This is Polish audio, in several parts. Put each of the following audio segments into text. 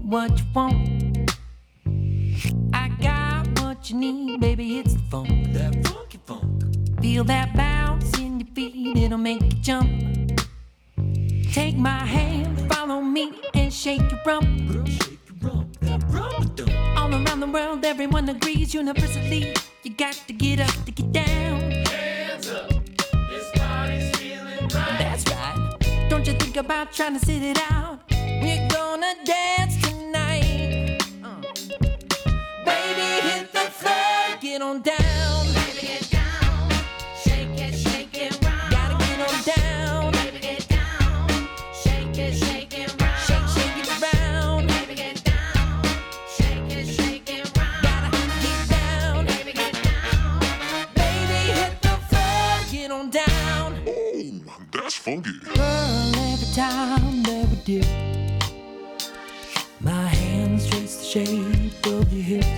what you want. I got what you need, baby, it's the funk. That funky funk. Feel that bounce in your feet, it'll make you jump. Take my hand, follow me, and shake your rump. Girl, shake your rump, that rump. All around the world, everyone agrees universally. You got to get up to get down. Hands up, this body's feeling right. That's right. Don't you think about trying to sit it out. We're gonna dance tonight. Baby, hit the floor, get on down. Baby, get down. Shake it, round. Gotta get on down. Baby, get down. Shake it, round. Shake it around. Baby, get down. Shake it, round. Gotta get down. Baby, get down. Baby, hit the floor, get on down. Oh, that's funky. Girl, every time that we dip, my hands trace the shape of your hips.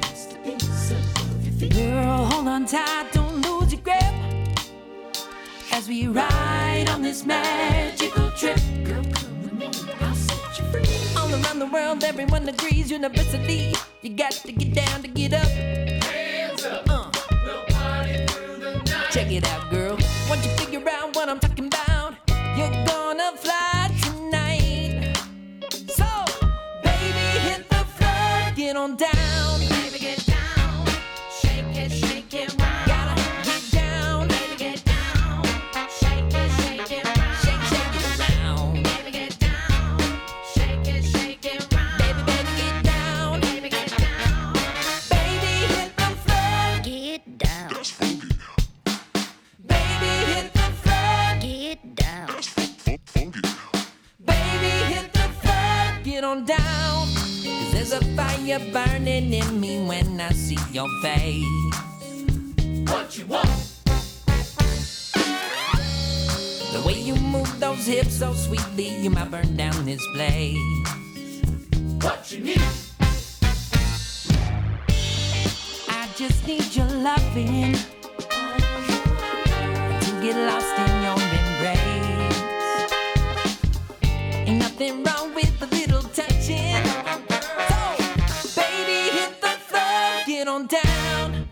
Girl, hold on tight, don't lose your grip, as we ride on this magical trip. Girl, come with me, I'll set you free. All around the world, everyone agrees universally. You got to get down to get up. Hands up, we'll party through the night. Check it out, girl. Once you figure out what I'm talking about, you're gonna fly tonight. So, baby, hit the floor, get on down. Baby, get down. Shake it, round. Gotta get down. Baby, get down. Shake it, round. Shake it around. Baby, get down. Shake it, round. Baby, get down. Baby, get down. Baby, hit the floor. Get down. That's funky. Baby, hit the floor. Get down. That's funky. Baby, hit the floor. Get on down. 'Cause there's a fire burning in me when I see your face. What you want? The way you move those hips so sweetly, you might burn down this place. What you need? I just need your loving to get lost in your embrace. Ain't nothing wrong with a little touching. So, baby, hit the floor, get on down.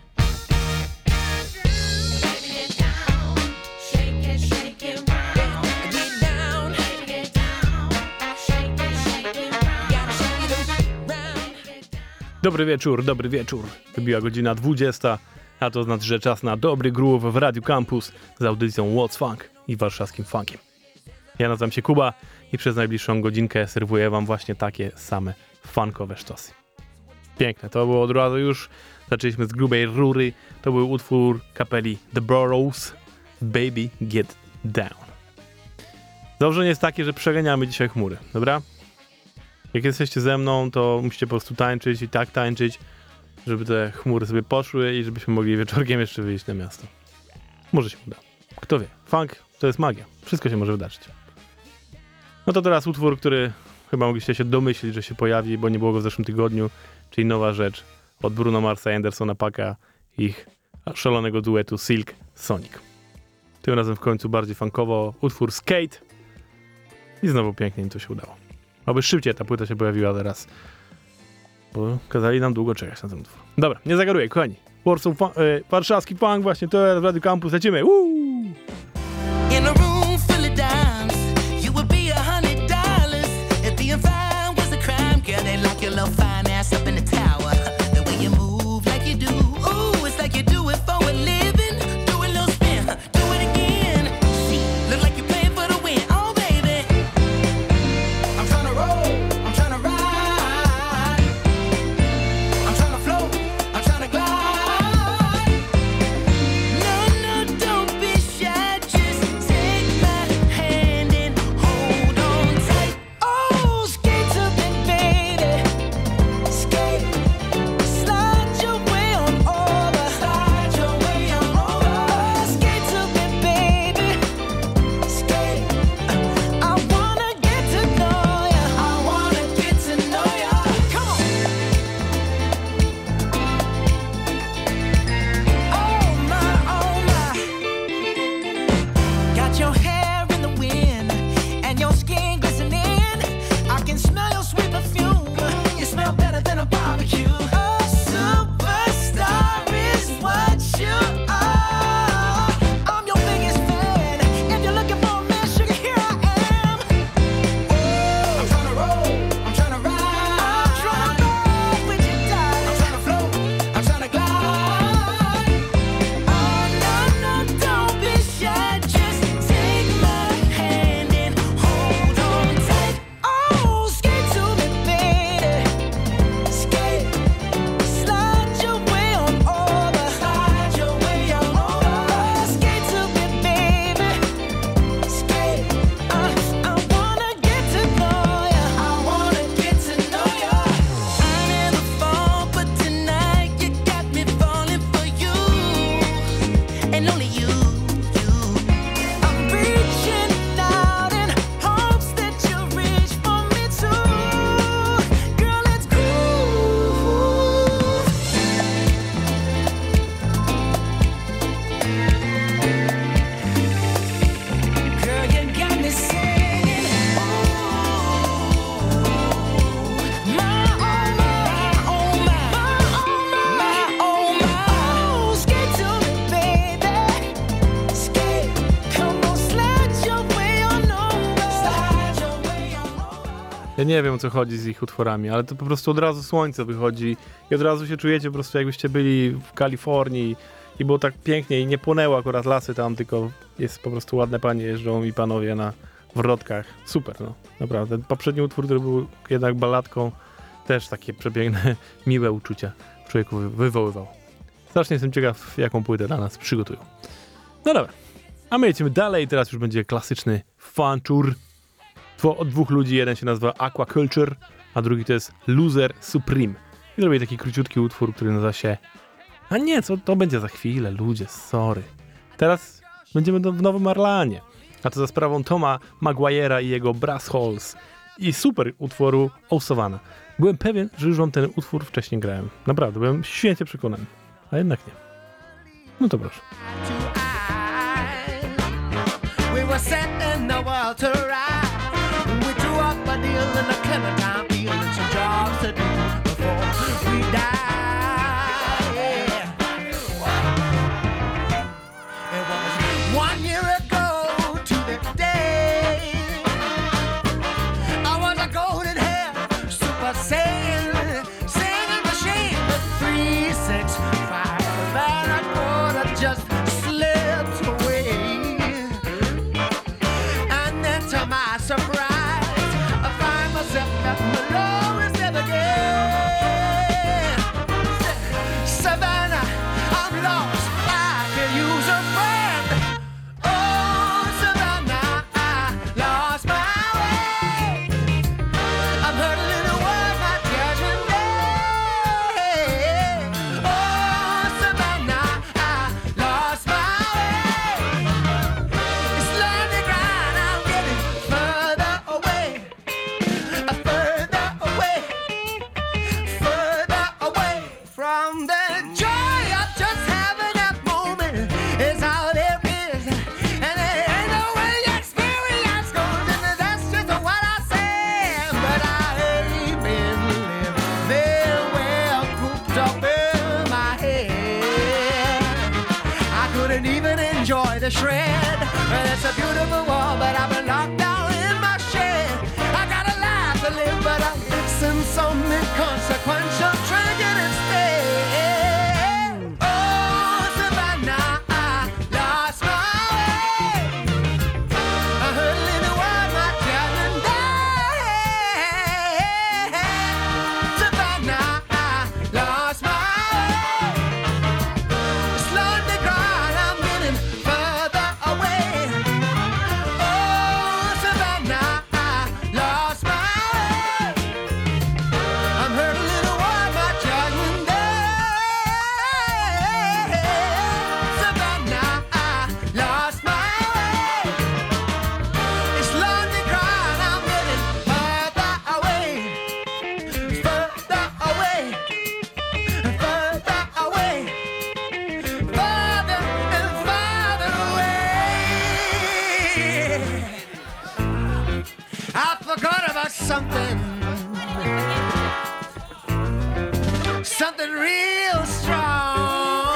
Baby, get down. Shake it, round. Get down, Baby, get down. Shake it, round. gotta shake it around. Dobry wieczór. Wybiła godzina 20, a to znaczy, że czas na dobry groove w Radiu Campus z audycją What's Funk i warszawskim funkiem. Ja nazywam się Kuba i przez najbliższą godzinkę serwuję wam właśnie takie same funkowe sztosy. Piękne, to było od razu już. Zaczęliśmy z grubej rury. To był utwór kapeli The Burrows, Baby Get Down. Założenie jest takie, że przeganiamy dzisiaj chmury, dobra? Jak jesteście ze mną, to musicie po prostu tańczyć i tak tańczyć, żeby te chmury sobie poszły i żebyśmy mogli wieczorkiem jeszcze wyjść na miasto. Może się uda. Kto wie. Funk to jest magia. Wszystko się może wydarzyć. No to teraz utwór, który chyba mogliście się domyślić, że się pojawi, bo nie było go w zeszłym tygodniu, czyli nowa rzecz od Bruno Marsa i Andersona Paaka, ich szalonego duetu Silk Sonic. Tym razem w końcu bardziej funkowo, utwór Skate i znowu pięknie im to się udało. Aby szybciej ta płyta się pojawiła teraz, bo kazali nam długo czekać na ten utwór. Dobra, nie zagaruję, kochani. Warszawski funk właśnie, to jest Radio Campus, lecimy! Woo! In a room full of dimes, you would be $100 if being fine was a crime. Girl, they lock your little fine ass up in the tower. The way you move like you do, ooh, it's like you do it for a living. Do a little spin, do it again. See, look like you're playing for the win. Oh, baby, I'm tryna roll, I'm tryna ride, I'm tryna float, I'm tryna glide. No, don't be nie wiem, o co chodzi z ich utworami, ale to po prostu od razu słońce wychodzi i od razu się czujecie po prostu, jakbyście byli w Kalifornii i było tak pięknie i nie płonęło akurat lasy tam, tylko jest po prostu ładne panie jeżdżą i panowie na wrotkach. Super, no, naprawdę. Poprzedni utwór, który był jednak balladką, też takie przepiękne, miłe uczucia w człowieku wywoływał. Strasznie jestem ciekaw, jaką płytę dla nas przygotują. No dobra, a my jedziemy dalej, teraz już będzie klasyczny fanczur. Od dwóch ludzi, jeden się nazywa Aquaculture, a drugi to jest Loser Supreme. I zrobię taki króciutki utwór, który nazywa się... A nie, to będzie za chwilę, ludzie, sorry. Teraz będziemy w Nowym Orleanie, a to za sprawą Toma Maguire'a i jego Brass Holes i super utworu O Savannah. Byłem pewien, że już wam ten utwór wcześniej grałem. Naprawdę, byłem święcie przekonany, a jednak nie. No to proszę. We were setting the world to rise. We drew up a deal in the Clementine field and some jobs to do before we die. Yeah. It was 1 year ago to the day. I was a golden hair super saiyan, singing machine with 365 and a quarter just slipped away. And then to my surprise, I find myself at my lowest ever again. Savannah, I'm lost, I can use a friend. Oh, Savannah, I lost my way. I'm hurtling away my judgment day. Oh, Savannah, I lost my way. It's lonely ground, I'm getting further away, further away from the joy of just having that moment. Is all there is, and there ain't no way experience goes, and that's just what I say. But I ain't been living very well cooped up in my head. I couldn't even enjoy the shred. Well, it's a beautiful world, but I've been locked down in my shed. I got a life to live, but I'm missing some inconsequential trinket instead. Oh, Savannah, I lost my way. I'm hurtling away my judgment day. Savannah, I lost my way. It's lonely ground, I'm getting further away. Oh, Savannah, I lost my way. I'm hurtling away my judgment day. Savannah, I lost my way. It's lonely ground, I'm getting further away. Further away. Further away. Farther and farther away. I forgot about something real strong.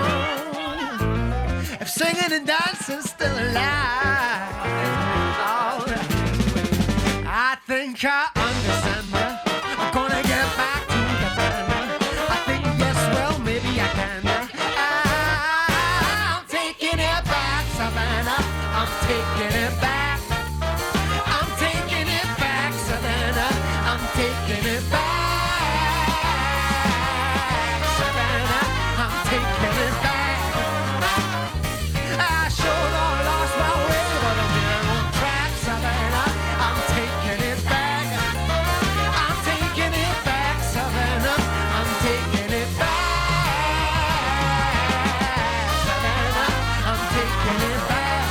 If singing and dancing's still alive, oh, I think I understand ya. I'm gonna get back to the band. I think yes, well, maybe I can. I'm taking it back, Savannah. I'm taking it back. I'm taking it back, Savannah. I'm taking it back. Savannah, I'm taking it back. I sure done lost my way, but I'm here on track, Savannah. I'm taking it back. I'm taking it back, Savannah. I'm taking it back. Savannah, I'm taking it back.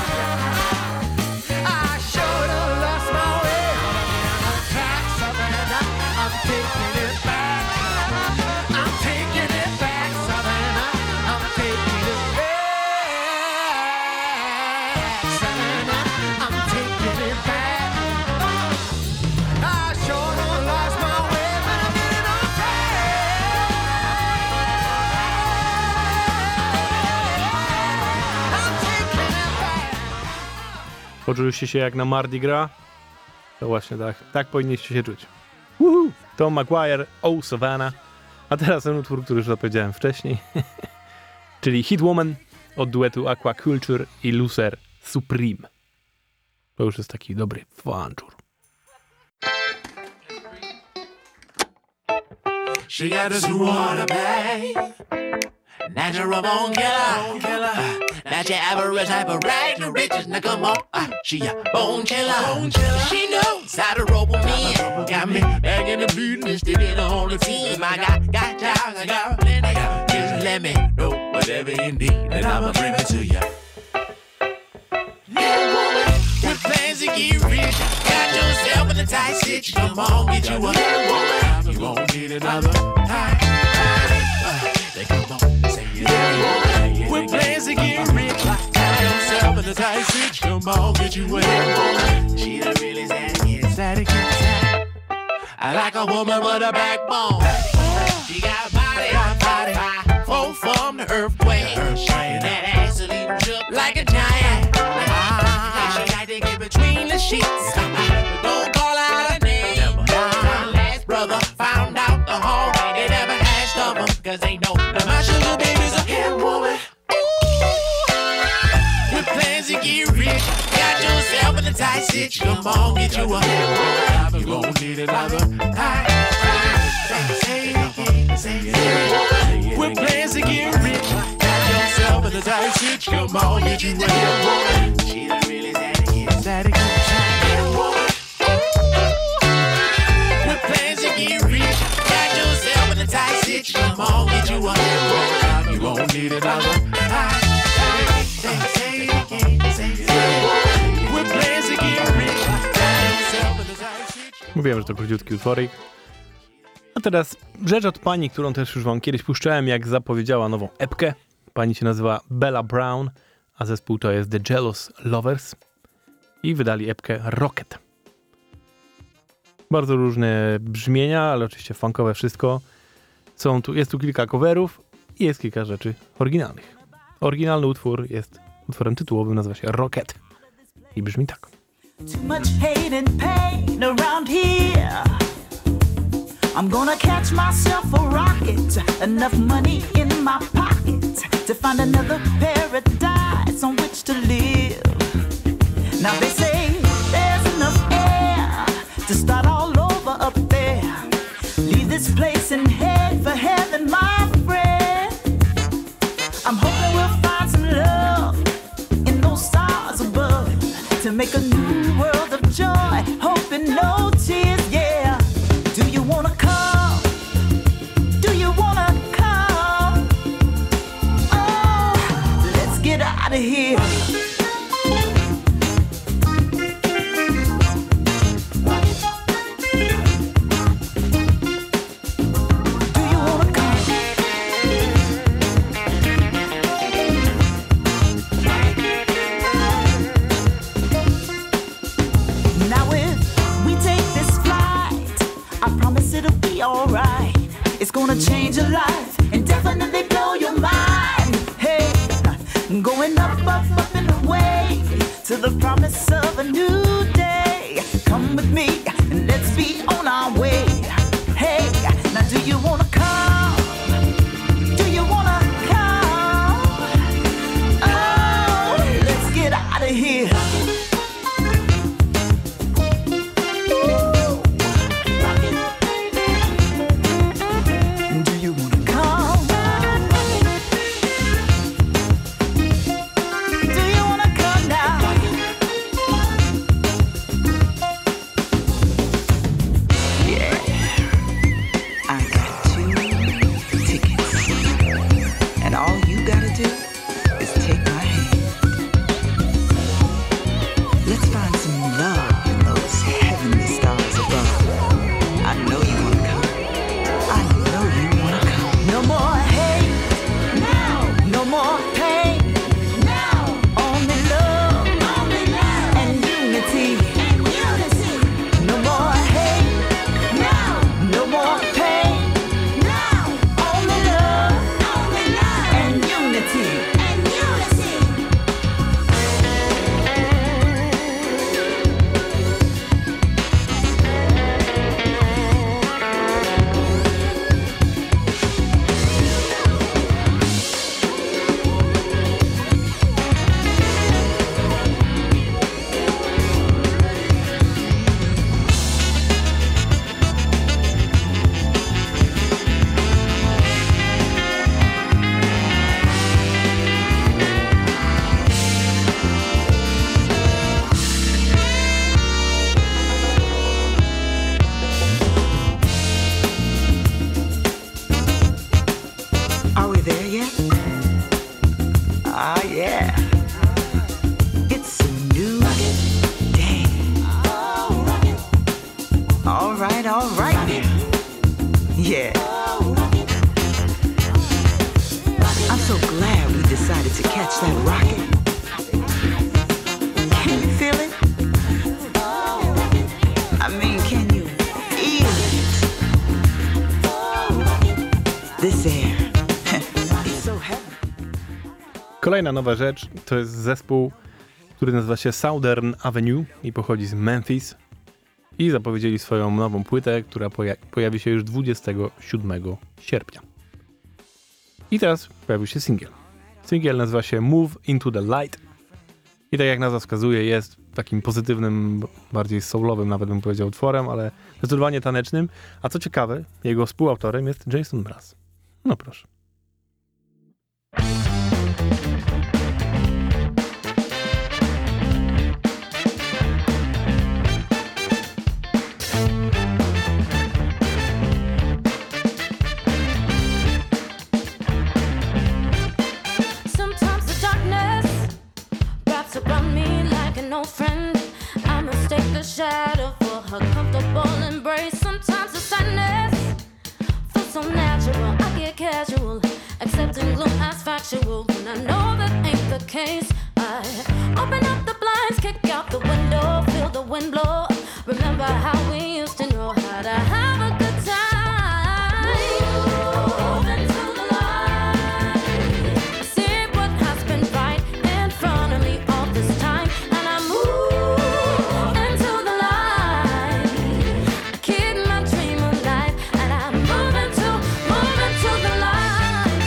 I sure done lost my way, but I'm here on track, Savannah. I'm taking it back. I'm taking it back, Savannah. I'm taking it back. Savannah, I'm taking it back. I sure done lost my way, but I'm getting on track. I'm taking it back. Poczuliście się jak na Mardi Gras? To właśnie tak powinniście się czuć. Woohoo! Tom Maguire, Oh Savannah. A teraz ten utwór, który już zapowiedziałem wcześniej. Czyli Hit Woman od duetu Aquaculture i Lucer Supreme. To już jest taki dobry fanczur. She got a new water bag. Natural bone killer. Not your average type of rag. The riches, now come on. She a bone killer. She knows how to rope with me. Got me back in the business, still on the team. I got time, I got plenty. Just let me know whatever you need, and I'ma bring it to you. Yeah, woman, with plans to get rich. Got yourself in a tight stitch. Come on, get you a woman. You won't need another time. Come on, say it. With plans to get rich. Got yourself in a tight stitch. Come on, get you a woman. She the realest that it gets. I like a woman with a backbone. She got body, full from the earthquake. And that ass will leave her shook like a giant. She like to get between the sheets. But don't call out her name. My last brother found out the home. They never asked of him, cause they know that my sugar baby's a hit woman. With plans to get rich. Got yourself in a tight stitch. Come on, get you a hit woman. You gon' need another time. Say it. With plans to get rich. Got yourself in a tight stitch. Come on, get you a hit woman. She the realest that it gets. With plans to get rich. Got yourself in a tight stitch. Come on, get you a hit woman. You gon' need another time. Say it again. Say it. With plans to get rich. Got yourself in a tight stitch. Mówiłem, że to króciutki utworek. A teraz rzecz od pani, którą też już wam kiedyś puszczałem, jak zapowiedziała nową epkę. Pani się nazywa Bella Brown, a zespół to jest The Jealous Lovers. I wydali epkę Rocket. Bardzo różne brzmienia, ale oczywiście funkowe wszystko. Jest tu kilka coverów i jest kilka rzeczy oryginalnych. Oryginalny utwór jest utworem tytułowym, nazywa się Rocket. I brzmi tak. Too much hate and pain around here. I'm gonna catch myself a rocket. Enough money in my pocket to find another paradise on which to live. Now they say there's enough air to start all over up there. Leave this place and head for heaven, my friend. I'm hoping we'll find some love in those stars above to make a new world of joy. Hoping no tears, yeah. Do you wanna come? Do you wanna come? Oh, let's get out of here. It's gonna change your life and definitely blow your mind. Hey, going up, up, up and away to the promise of a new day. Come with me and let's be on our way. Hey, now do you wanna come? Do you wanna come? Oh, let's get out of here. Yeah. I'm so glad we decided to catch that rocket. Can you feel it? I mean, can you feel it? This air. It's so heavy. Kolejna nowa rzecz to jest zespół, który nazywa się Southern Avenue i pochodzi z Memphis. I zapowiedzieli swoją nową płytę, która pojawi się już 27 sierpnia. I teraz pojawił się singiel. Singiel nazywa się Move Into the Light. I tak jak nazwa wskazuje, jest takim pozytywnym, bardziej soulowym nawet bym powiedział utworem, ale zdecydowanie tanecznym. A co ciekawe, jego współautorem jest Jason Mraz. No proszę. Sometimes the darkness wraps around me like an old friend. I mistake the shadow for her comfortable embrace. Sometimes the sadness feels so natural. I get casual, accepting gloom as factual. When I know that ain't the case, I open up the blinds, kick out the window, feel the wind blow. Remember how we used to know how to have a good time. Move into the light. I see what has been right in front of me all this time, and I move into the light. I keep my dream alive, and I move into the light.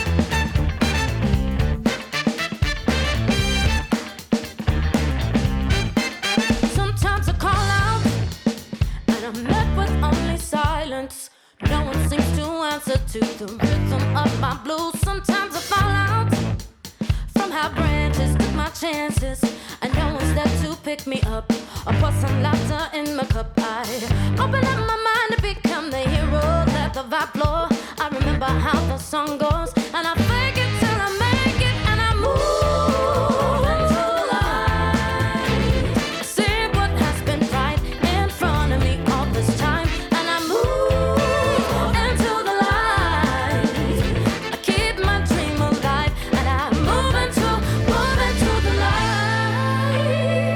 Sometimes I call out, and I'm met with only silence. No one seems to answer to the rhythm of my blues. Sometimes I fall out from how branches took my chances, and no one's there to pick me up or put some laughter in my cup. I open up my mind to become the hero, let the vibe flow. I remember how the song goes, and I fake it till I make it, and I move into the light. I see what has been right in front of me all this time, and I move into the light. I keep my dream alive, and I move into the light.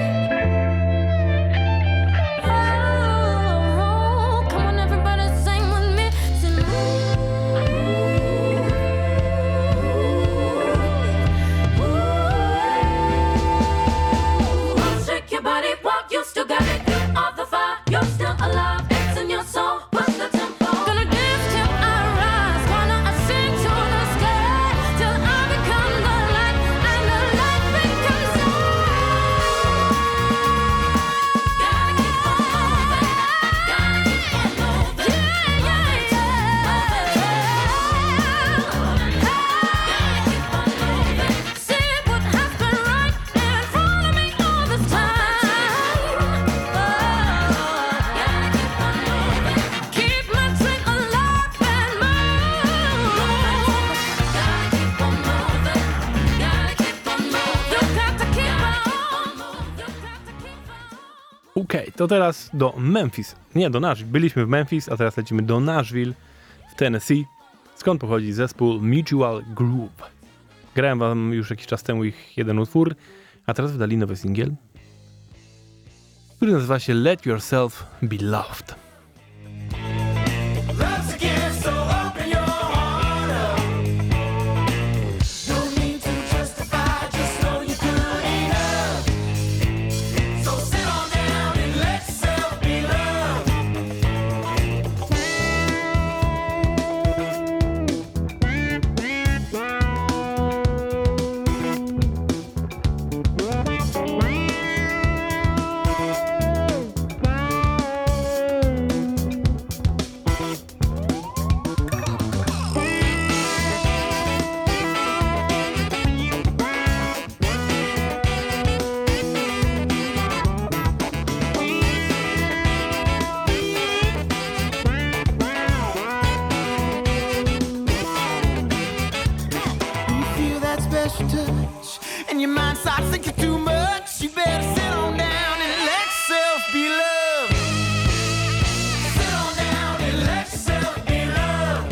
Oh, come on, everybody, sing with me. Sing, shake your body, walk, you still got it. Off the fire, you're still alive. It's in your soul, push the tempo. Gonna dance till I rise, gonna ascend to the sky, till I become the light, and the light becomes I. Gotta keep on moving, gotta keep on moving. Yeah, yeah, gotta keep on moving. See what has been right in front of me all this time. Gotta keep on moving, keep my dream alive and move. Gotta keep on moving, gotta keep on moving. You got to keep on moving, you got to keep on. Okej, to teraz do Memphis. Nie, do Nashville. Byliśmy w Memphis, a teraz lecimy do Nashville w Tennessee, skąd pochodzi zespół Mutual Groove. Grałem wam już jakiś czas temu ich jeden utwór, a teraz wydali nowy singiel, który nazywa się Let Yourself Be Loved. Love's a gift, so open your heart up. No need to justify, just know you're good enough. So sit on down and let yourself be loved. You feel that special touch, and your mind starts thinking too much. You better sit on down and let yourself be loved. Sit on down and let yourself be loved.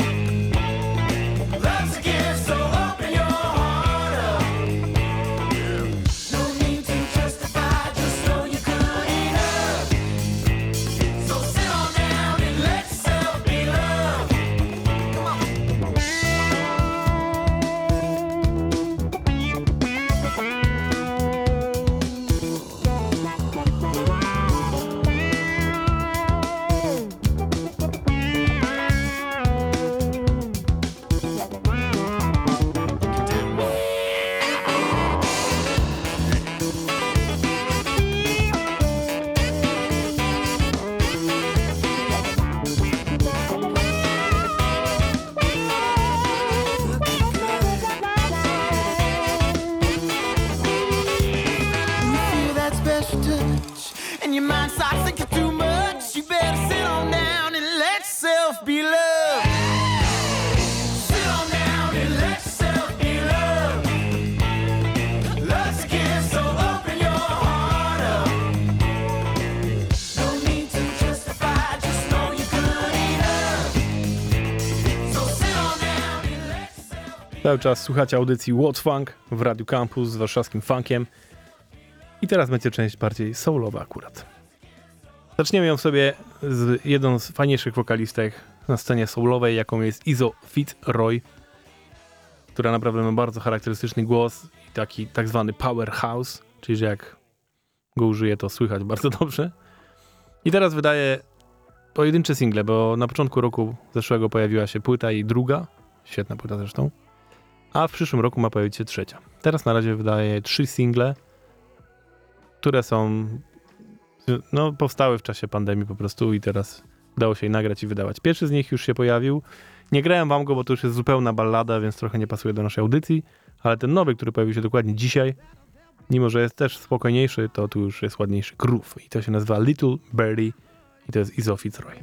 Cały czas słuchacie audycji What's Funk w Radiu Campus z warszawskim funkiem. I teraz będzie część bardziej soulowa akurat. Zaczniemy ją sobie z jedną z fajniejszych wokalistek na scenie soulowej, jaką jest Izzo Fitzroy, która naprawdę ma bardzo charakterystyczny głos i taki tak zwany powerhouse, czyli że jak go użyje, to słychać bardzo dobrze. I teraz wydaje pojedyncze single, bo na początku roku zeszłego pojawiła się płyta i druga, świetna płyta zresztą, a w przyszłym roku ma pojawić się trzecia. Teraz na razie wydaje 3 single, które są, no, powstały w czasie pandemii po prostu i teraz udało się je nagrać i wydawać. Pierwszy z nich już się pojawił. Nie grałem wam go, bo to już jest zupełna ballada, więc trochę nie pasuje do naszej audycji, ale ten nowy, który pojawił się dokładnie dzisiaj, mimo że jest też spokojniejszy, to tu już jest ładniejszy groove i to się nazywa Little Birdie i to jest Izzo Fitzroy.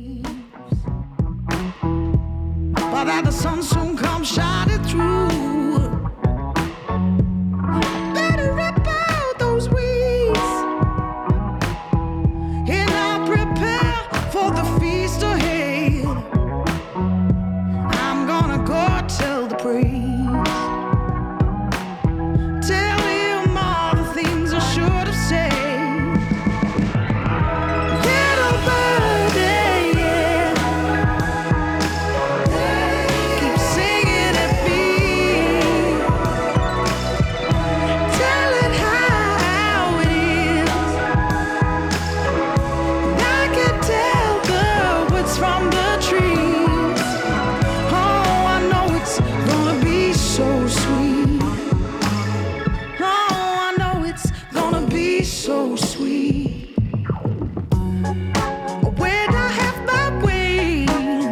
But that the sun soon comes shining through. Better rip out those weeds, and I'll prepare for the feast ahead. I'm gonna go tell the priest, tell him all the things I should have said. Little birdie, yeah, keep singing at me, tell it how it is. And I can tell the woods from the trees. Oh, I know it's gonna be so sweet. Oh, I know it's gonna be so sweet. When I have my way,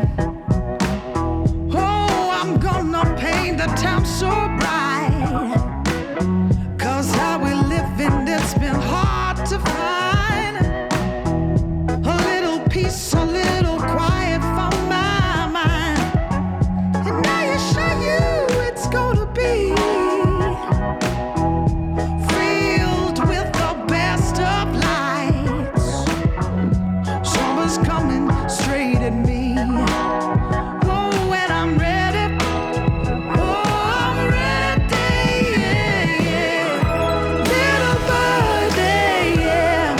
oh, I'm gonna paint the town so bright. 'Cause how we live in it's been hard to find. A little peace, a little quiet for my mind. And I assure you it's gonna be filled with the best of lights. Summer's coming straight at me. Oh, and I'm ready. Oh, I'm ready. Yeah, yeah. Little birdie, yeah,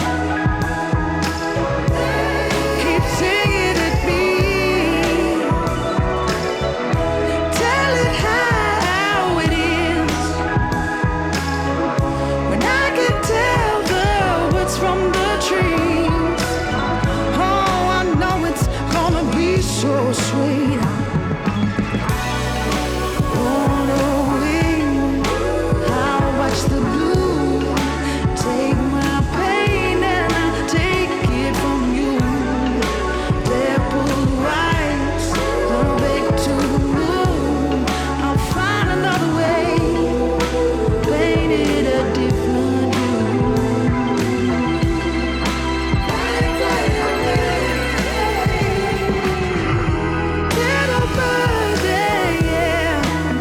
keep singing at me. Tell it how it is. When I can tell the woods from the trees. Oh, I know it's gonna be so sweet. Oh, no, I'll watch the blue take my pain and I take it from you. Purple rice, I'll bake to the moon. I'll find another way, paint it a different hue. Little birdie, yeah.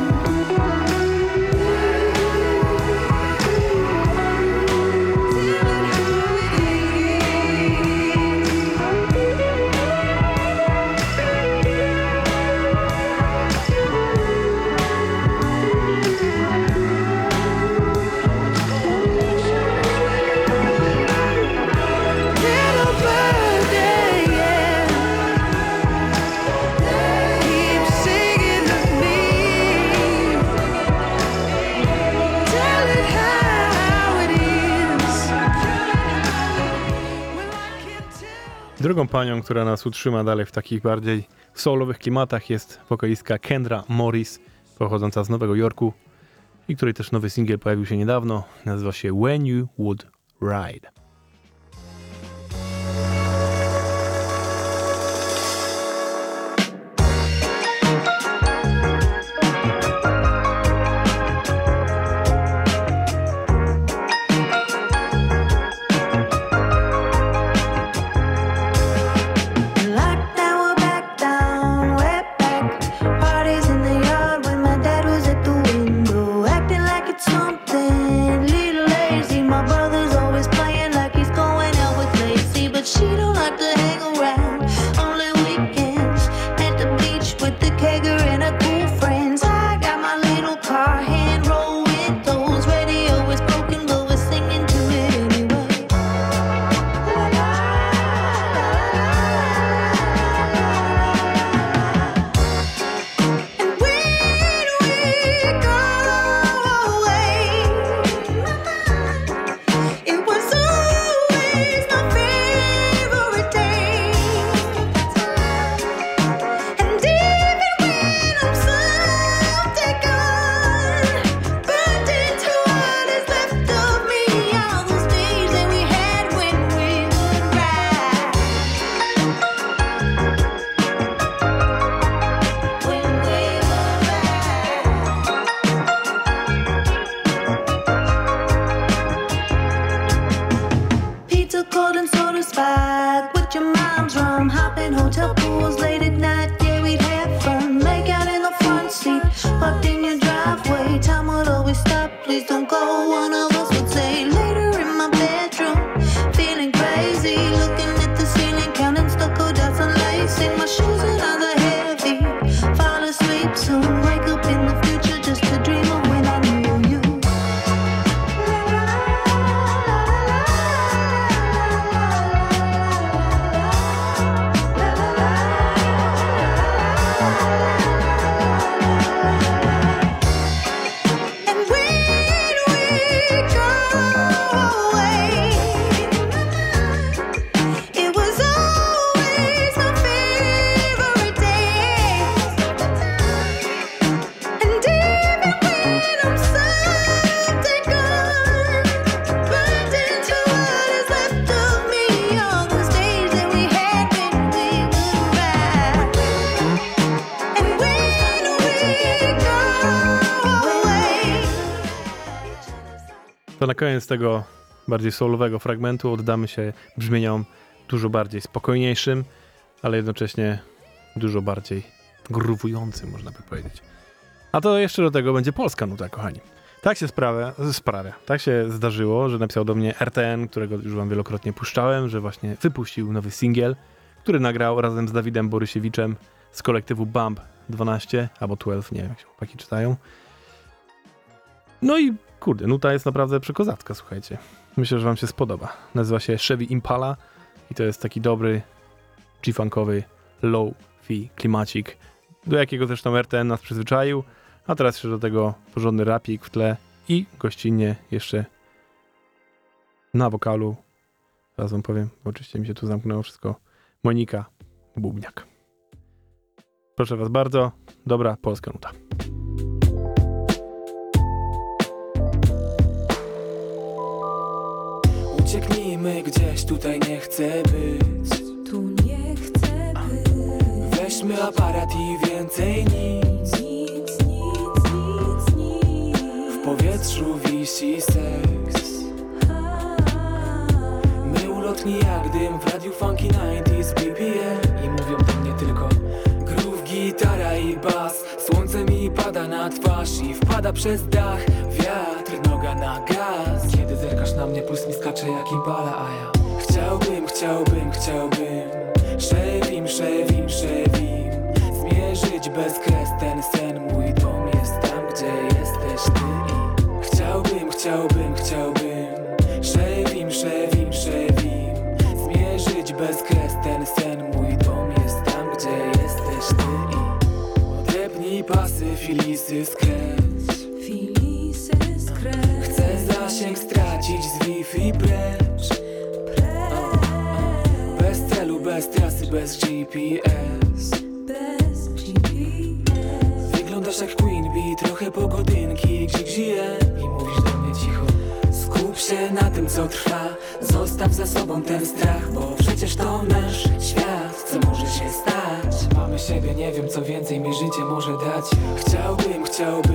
Little birdie, yeah, keep singing to me. Tell it how it is. Well, I can tell. Drugą panią, która nas utrzyma dalej w takich bardziej soulowych klimatach, jest wokalistka Kendra Morris, pochodząca z Nowego Jorku i której też nowy singiel pojawił się niedawno. Nazywa się When You Would Ride. Lockdown, we're back down, way back. Parties in the yard when my dad was at the window, acting like it's something. Little lazy, my brother's always playing like To na koniec tego bardziej soulowego fragmentu oddamy się brzmieniom dużo bardziej spokojniejszym, ale jednocześnie dużo bardziej gruwującym, można by powiedzieć. A to jeszcze do tego będzie polska nuta, kochani. Tak się tak się zdarzyło, że napisał do mnie RTN, którego już wam wielokrotnie puszczałem, że właśnie wypuścił nowy singiel, który nagrał razem z Dawidem Borysiewiczem z kolektywu Bump 12, albo 12, nie wiem jak się chłopaki czytają. No i kurde, nuta jest naprawdę przekozacka, słuchajcie. Myślę, że wam się spodoba. Nazywa się Chevy Impala i to jest taki dobry G-funkowy low-fi klimacik, do jakiego zresztą RTN nas przyzwyczaił, a teraz jeszcze do tego porządny rapik w tle i gościnnie jeszcze na wokalu, zaraz wam powiem, bo oczywiście mi się tu zamknęło wszystko, Monika Bubniak. Proszę was bardzo, dobra polska nuta. Ucieknijmy gdzieś, tutaj nie chcę być. Tu nie chcę być. Weźmy aparat i więcej nic. Nic. W powietrzu wisi seks. My ulotni jak dym w radiu funky 90s BPM. I mówią do mnie tylko groove, gitara i bas. Słońce mi pada na twarz i wpada przez dach. Wiatr, noga na gaz. Kiedy zerkasz na mnie, puls mi skacze jak impala, a ja chciałbym Chevim zmierzyć bez kres ten sen. Mój dom jest tam, gdzie jesteś ty. I chciałbym Chevim zmierzyć bez kres ten sen. Mój dom jest tam, gdzie jesteś ty. I odepnij pasy, filisy skręć. Chcę zasięg stracić z Wi-Fi precz. Bez celu, bez trasy, bez GPS. Wyglądasz jak Queen Bee, trochę pogodynki, gzie. I mówisz do mnie cicho: skup się na tym, co trwa. Zostaw za sobą ten strach, bo przecież to nasz świat. Co może się stać? Mamy siebie, nie wiem co więcej mi życie może dać. Chciałbym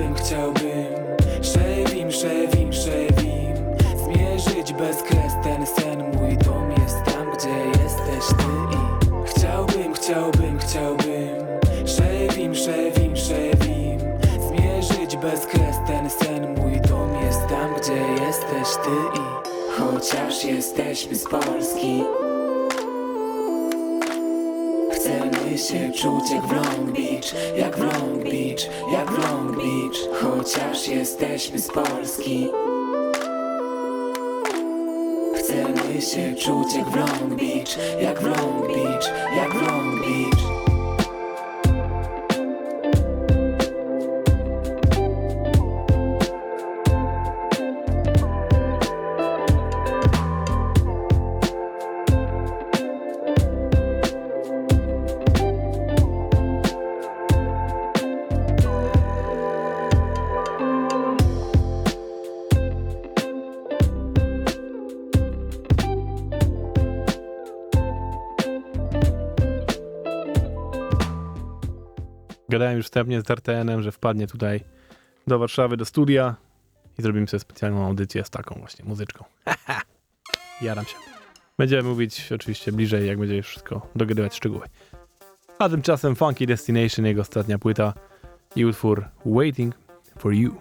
Chevim zmierzyć bez kres ten sen. Mój dom jest tam, gdzie jesteś ty. I chciałbym Chevim zmierzyć bez kres ten sen. Mój dom jest tam, gdzie jesteś ty. I chociaż jesteśmy z Polski, chcemy się czuć jak w Long Beach, jak w Long Beach, jak w Long Beach. Chociaż jesteśmy z Polski, chcemy się czuć jak w Long Beach, jak w Long Beach, jak w Long Beach. Gadałem już wstępnie z RTN-em, że wpadnie tutaj do Warszawy, do studia i zrobimy sobie specjalną audycję z taką właśnie muzyczką. Jaram się. Będziemy mówić oczywiście bliżej, jak będzie już wszystko dogadywać szczegóły. A tymczasem Funky Destination, jego ostatnia płyta i utwór Waiting for You.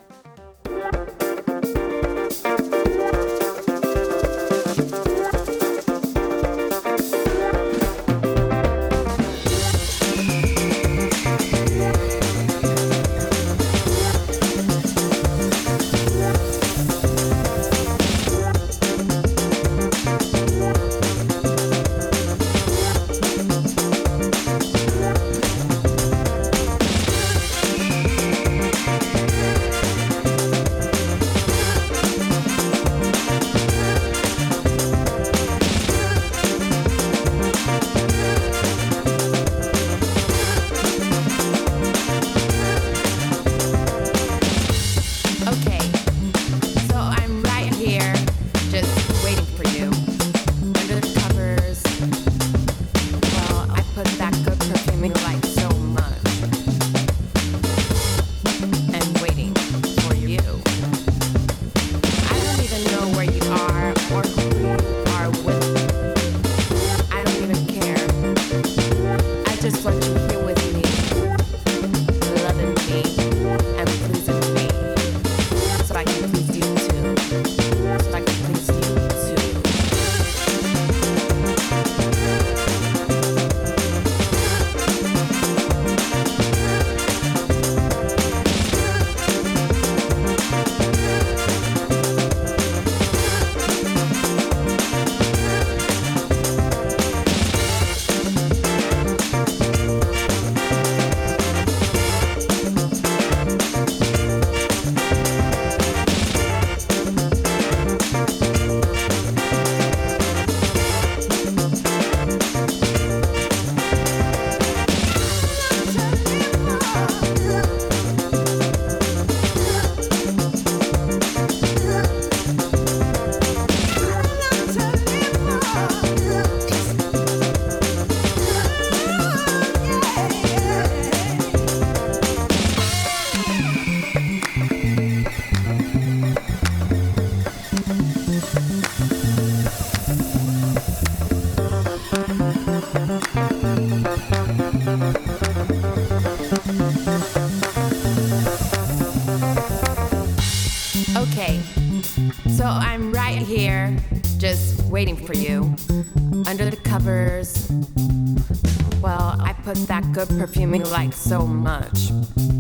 I'm right here, just waiting for you. Under the covers. Well, I put that good perfume you like so much.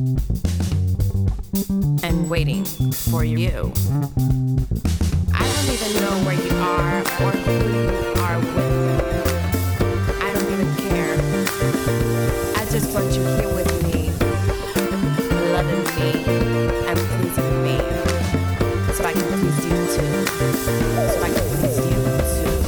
And waiting for you. I don't even know where you are or who you are with. I don't even care. I just want you here with me, loving me and pleasing me, so I can please you too. So I can please you too.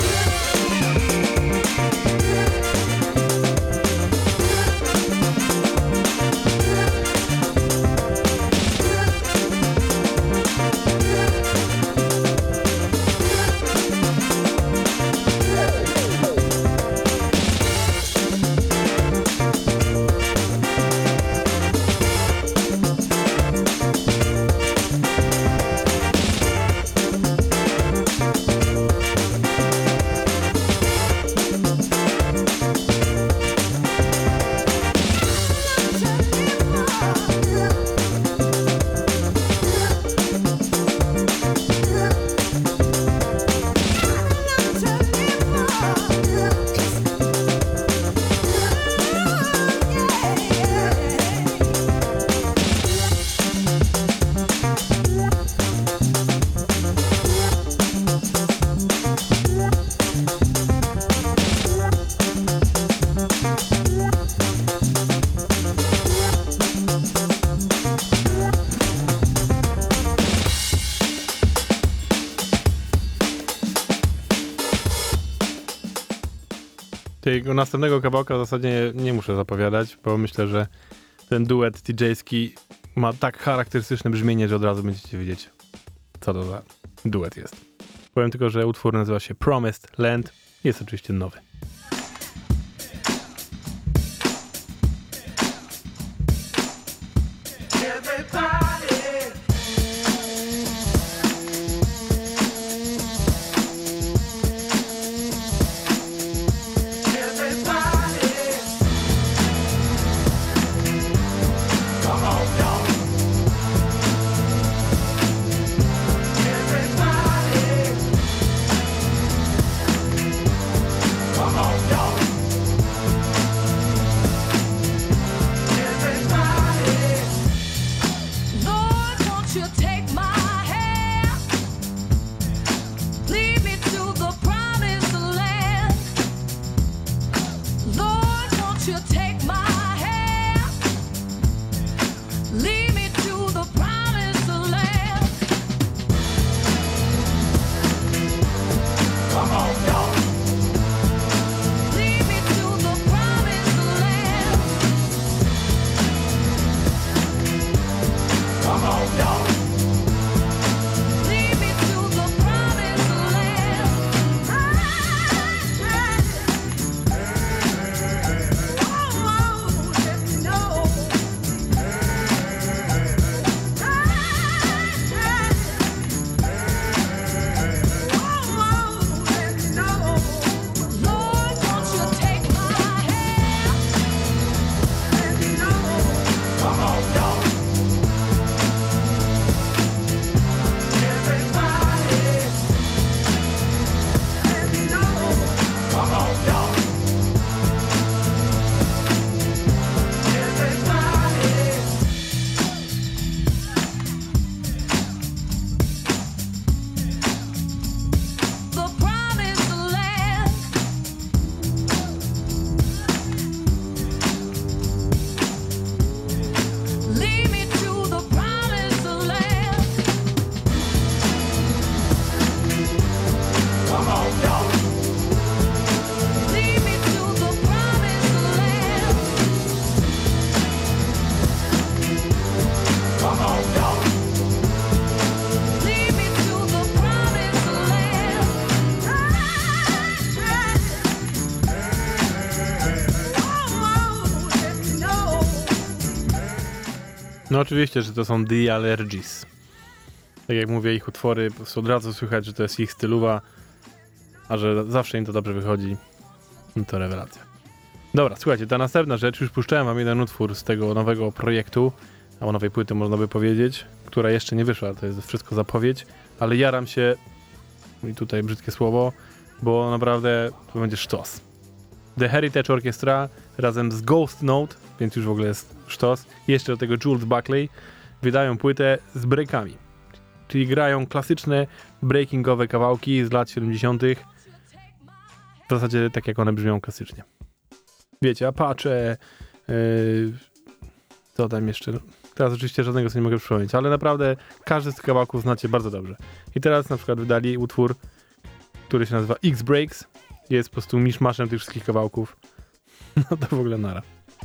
Tego następnego kawałka w zasadzie nie muszę zapowiadać, bo myślę, że ten duet DJ-ski ma tak charakterystyczne brzmienie, że od razu będziecie wiedzieć, co to za duet jest. Powiem tylko, że utwór nazywa się Promised Land. Jest oczywiście nowy. No oczywiście, że to są The Allergies. Tak jak mówię, ich utwory, po prostu od razu słychać, że to jest ich stylowa, a że zawsze im to dobrze wychodzi, no to rewelacja. Dobra, słuchajcie, ta następna rzecz, już puszczałem wam jeden utwór z tego nowego projektu, albo nowej płyty można by powiedzieć, która jeszcze nie wyszła, to jest wszystko zapowiedź. ale jaram się, i tutaj brzydkie słowo, bo naprawdę to będzie sztos. The Heritage Orchestra razem z Ghost Note, więc już w ogóle jest sztos, jeszcze do tego Jules Buckley, wydają płytę z breakami. Czyli grają klasyczne breakingowe kawałki z lat 70. W zasadzie tak jak one brzmią klasycznie. Wiecie, Apache, co tam jeszcze? Teraz oczywiście żadnego sobie nie mogę przypomnieć, ale naprawdę każdy z tych kawałków znacie bardzo dobrze. I teraz na przykład wydali utwór, który się nazywa X-Breaks. Jest po prostu miszmaszem tych wszystkich kawałków. No to w ogóle nara.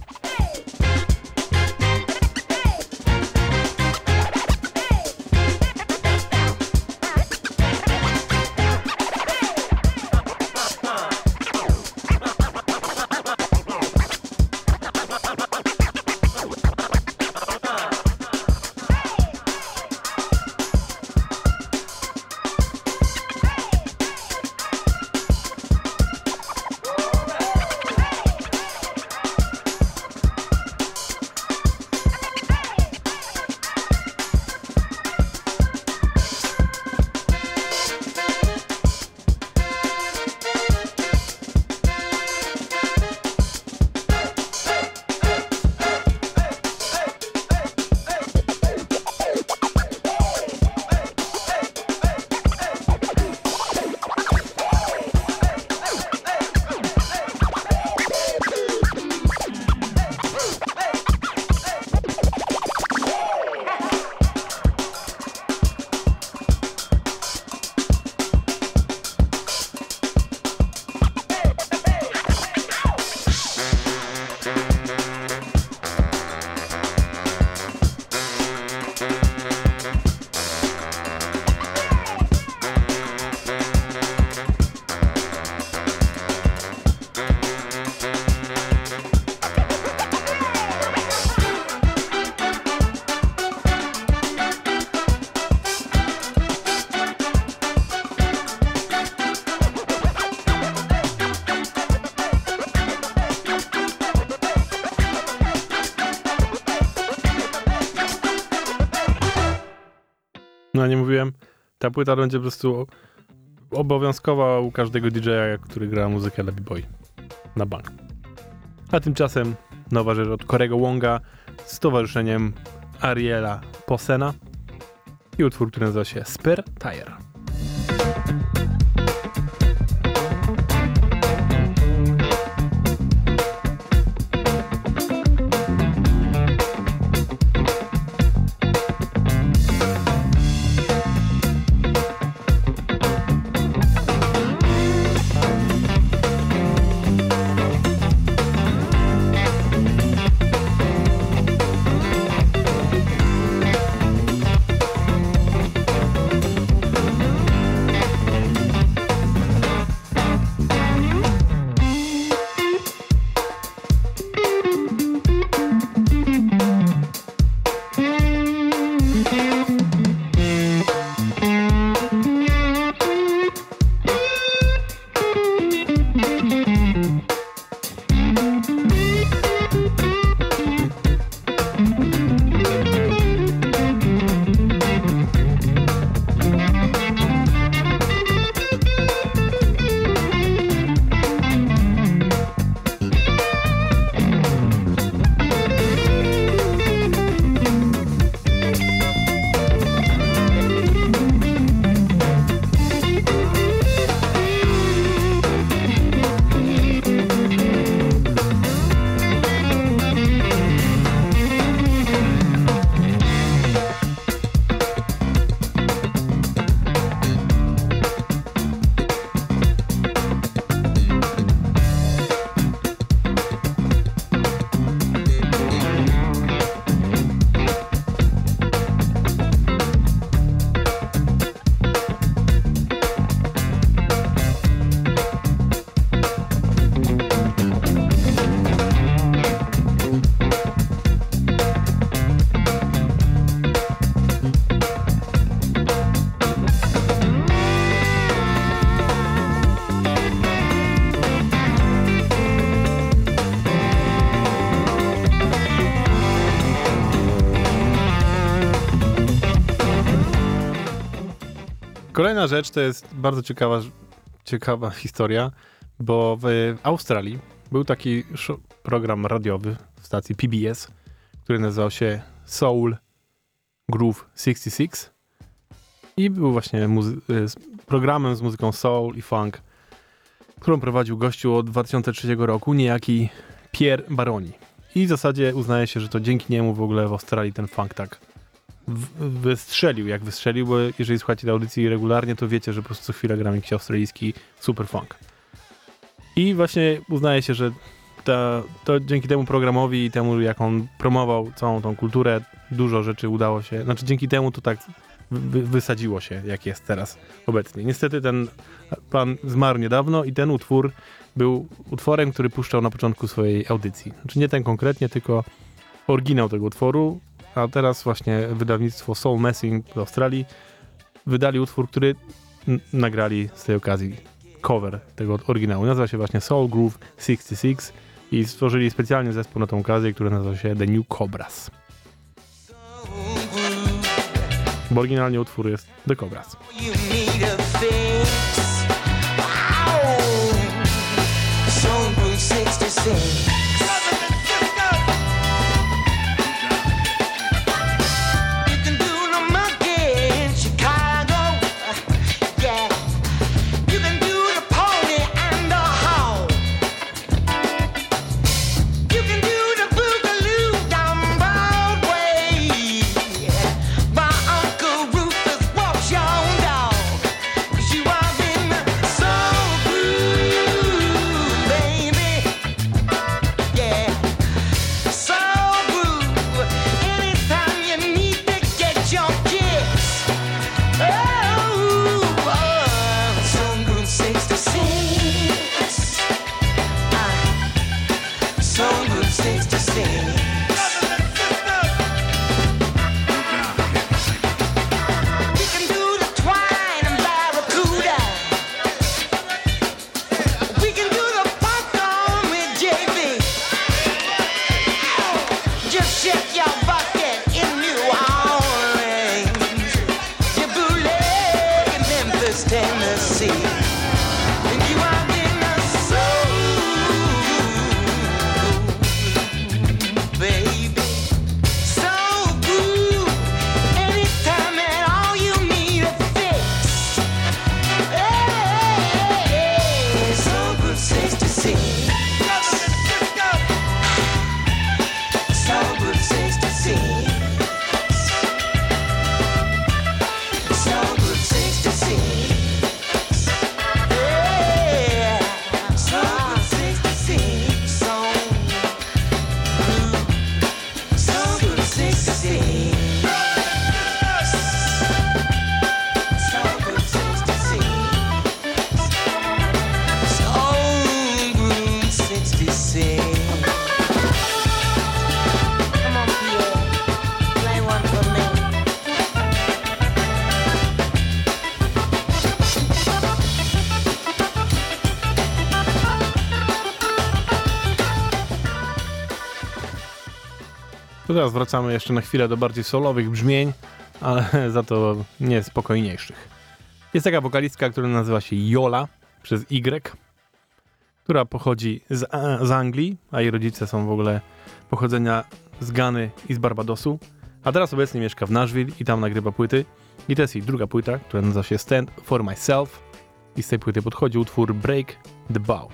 No nie mówiłem, ta płyta będzie po prostu obowiązkowa u każdego DJ-a, który gra muzykę Labi Boy na bank. A tymczasem nowa rzecz od Corego Wonga z towarzyszeniem Ariela Posena i utwór, który nazywa się Spare Tire. Kolejna rzecz to jest bardzo ciekawa historia, bo w Australii był taki program radiowy w stacji PBS, który nazywał się Soul Groove 66 i był właśnie programem z muzyką soul i funk, którą prowadził gościu od 2003 roku, niejaki Pierre Baroni. I w zasadzie uznaje się, że to dzięki niemu w ogóle w Australii ten funk tak wystrzelił, bo jeżeli słuchacie tej audycji regularnie, to wiecie, że po prostu co chwilę gram jakiś australijski super funk. I właśnie uznaje się, że to dzięki temu programowi i temu, jak on promował całą tą kulturę, dużo rzeczy udało się, znaczy dzięki temu to tak wysadziło się, jak jest teraz obecnie. Niestety ten pan zmarł niedawno i ten utwór był utworem, który puszczał na początku swojej audycji. Znaczy nie ten konkretnie, tylko oryginał tego utworu, a teraz właśnie wydawnictwo Soul Messing z Australii wydali utwór, który nagrali z tej okazji cover tego oryginału. Nazywa się właśnie Soul Groove 66 i stworzyli specjalnie zespół na tą okazję, który nazywa się The New Cobras. Bo oryginalnie utwór jest The Cobras. To teraz wracamy jeszcze na chwilę do bardziej solowych brzmień, ale za to nie spokojniejszych. Jest taka wokalistka, która nazywa się Yola przez Y, która pochodzi z Anglii, a jej rodzice są w ogóle pochodzenia z Gany i z Barbadosu, a teraz obecnie mieszka w Nashville i tam nagrywa płyty. I to jest jej druga płyta, która nazywa się Stand For Myself i z tej płyty podchodzi utwór Break the Bout.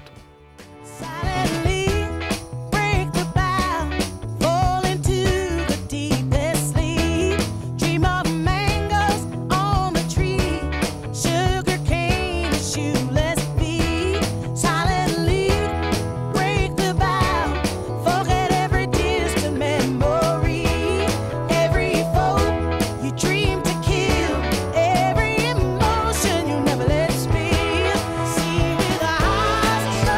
Emotion you never let spill. See with the eyes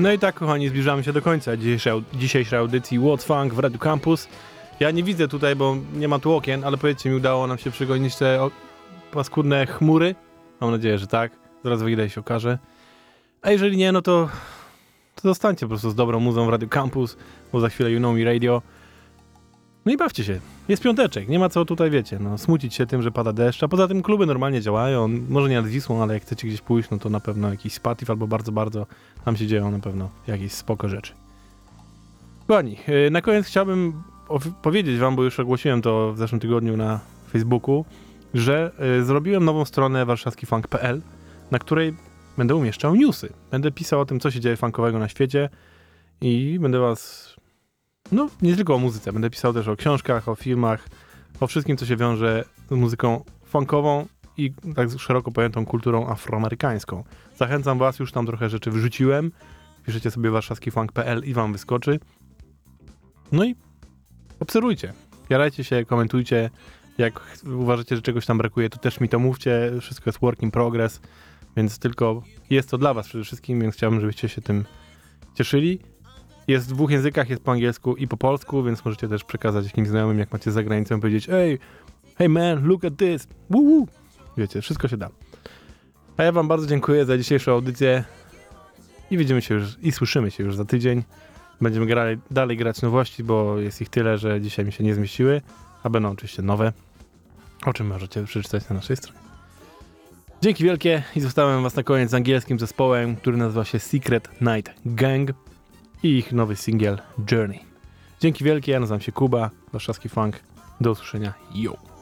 No i tak, kochani, zbliżamy się do końca dzisiejszej audycji What's Funk w Radio Campus. Ja nie widzę tutaj, bo nie ma tu okien, ale powiedzcie mi, udało nam się przegonić te paskudne chmury? Mam nadzieję, że tak. Zaraz wyjdę i się okaże. A jeżeli nie, no to zostańcie po prostu z dobrą muzą w Radio Campus, bo za chwilę You Know Me Radio. No i bawcie się. Jest piąteczek, nie ma co tutaj, wiecie, no, smucić się tym, że pada deszcz, a poza tym kluby normalnie działają, może nie nad Wisłą, ale jak chcecie gdzieś pójść, no to na pewno jakiś Spatif albo bardzo, bardzo tam się dzieją na pewno jakieś spoko rzeczy. Kochani, na koniec chciałbym powiedzieć wam, bo już ogłosiłem to w zeszłym tygodniu na Facebooku, że zrobiłem nową stronę warszawskifunk.pl, na której będę umieszczał newsy. Będę pisał o tym, co się dzieje funkowego na świecie i będę was... No, nie tylko o muzyce. Będę pisał też o książkach, o filmach, o wszystkim, co się wiąże z muzyką funkową i tak szeroko pojętą kulturą afroamerykańską. Zachęcam was, już tam trochę rzeczy wrzuciłem. Piszecie sobie warszawskifunk.pl i wam wyskoczy. No i obserwujcie. Jarajcie się, komentujcie. Jak uważacie, że czegoś tam brakuje, to też mi to mówcie. Wszystko jest work in progress, więc tylko jest to dla was przede wszystkim, więc chciałbym, żebyście się tym cieszyli. Jest w 2 językach, jest po angielsku i po polsku, więc możecie też przekazać jakimś znajomym, jak macie za granicą, powiedzieć hey man, look at this, woo woo. Wiecie, wszystko się da. A ja wam bardzo dziękuję za dzisiejszą audycję i widzimy się już, i słyszymy się już za tydzień. Będziemy dalej grać nowości, bo jest ich tyle, że dzisiaj mi się nie zmieściły, a będą oczywiście nowe, o czym możecie przeczytać na naszej stronie. Dzięki wielkie i zostawiam was na koniec z angielskim zespołem, który nazywa się Secret Night Gang i ich nowy singiel Journey. Dzięki wielkie, ja nazywam się Kuba, warszawski funk. Do usłyszenia. Yo!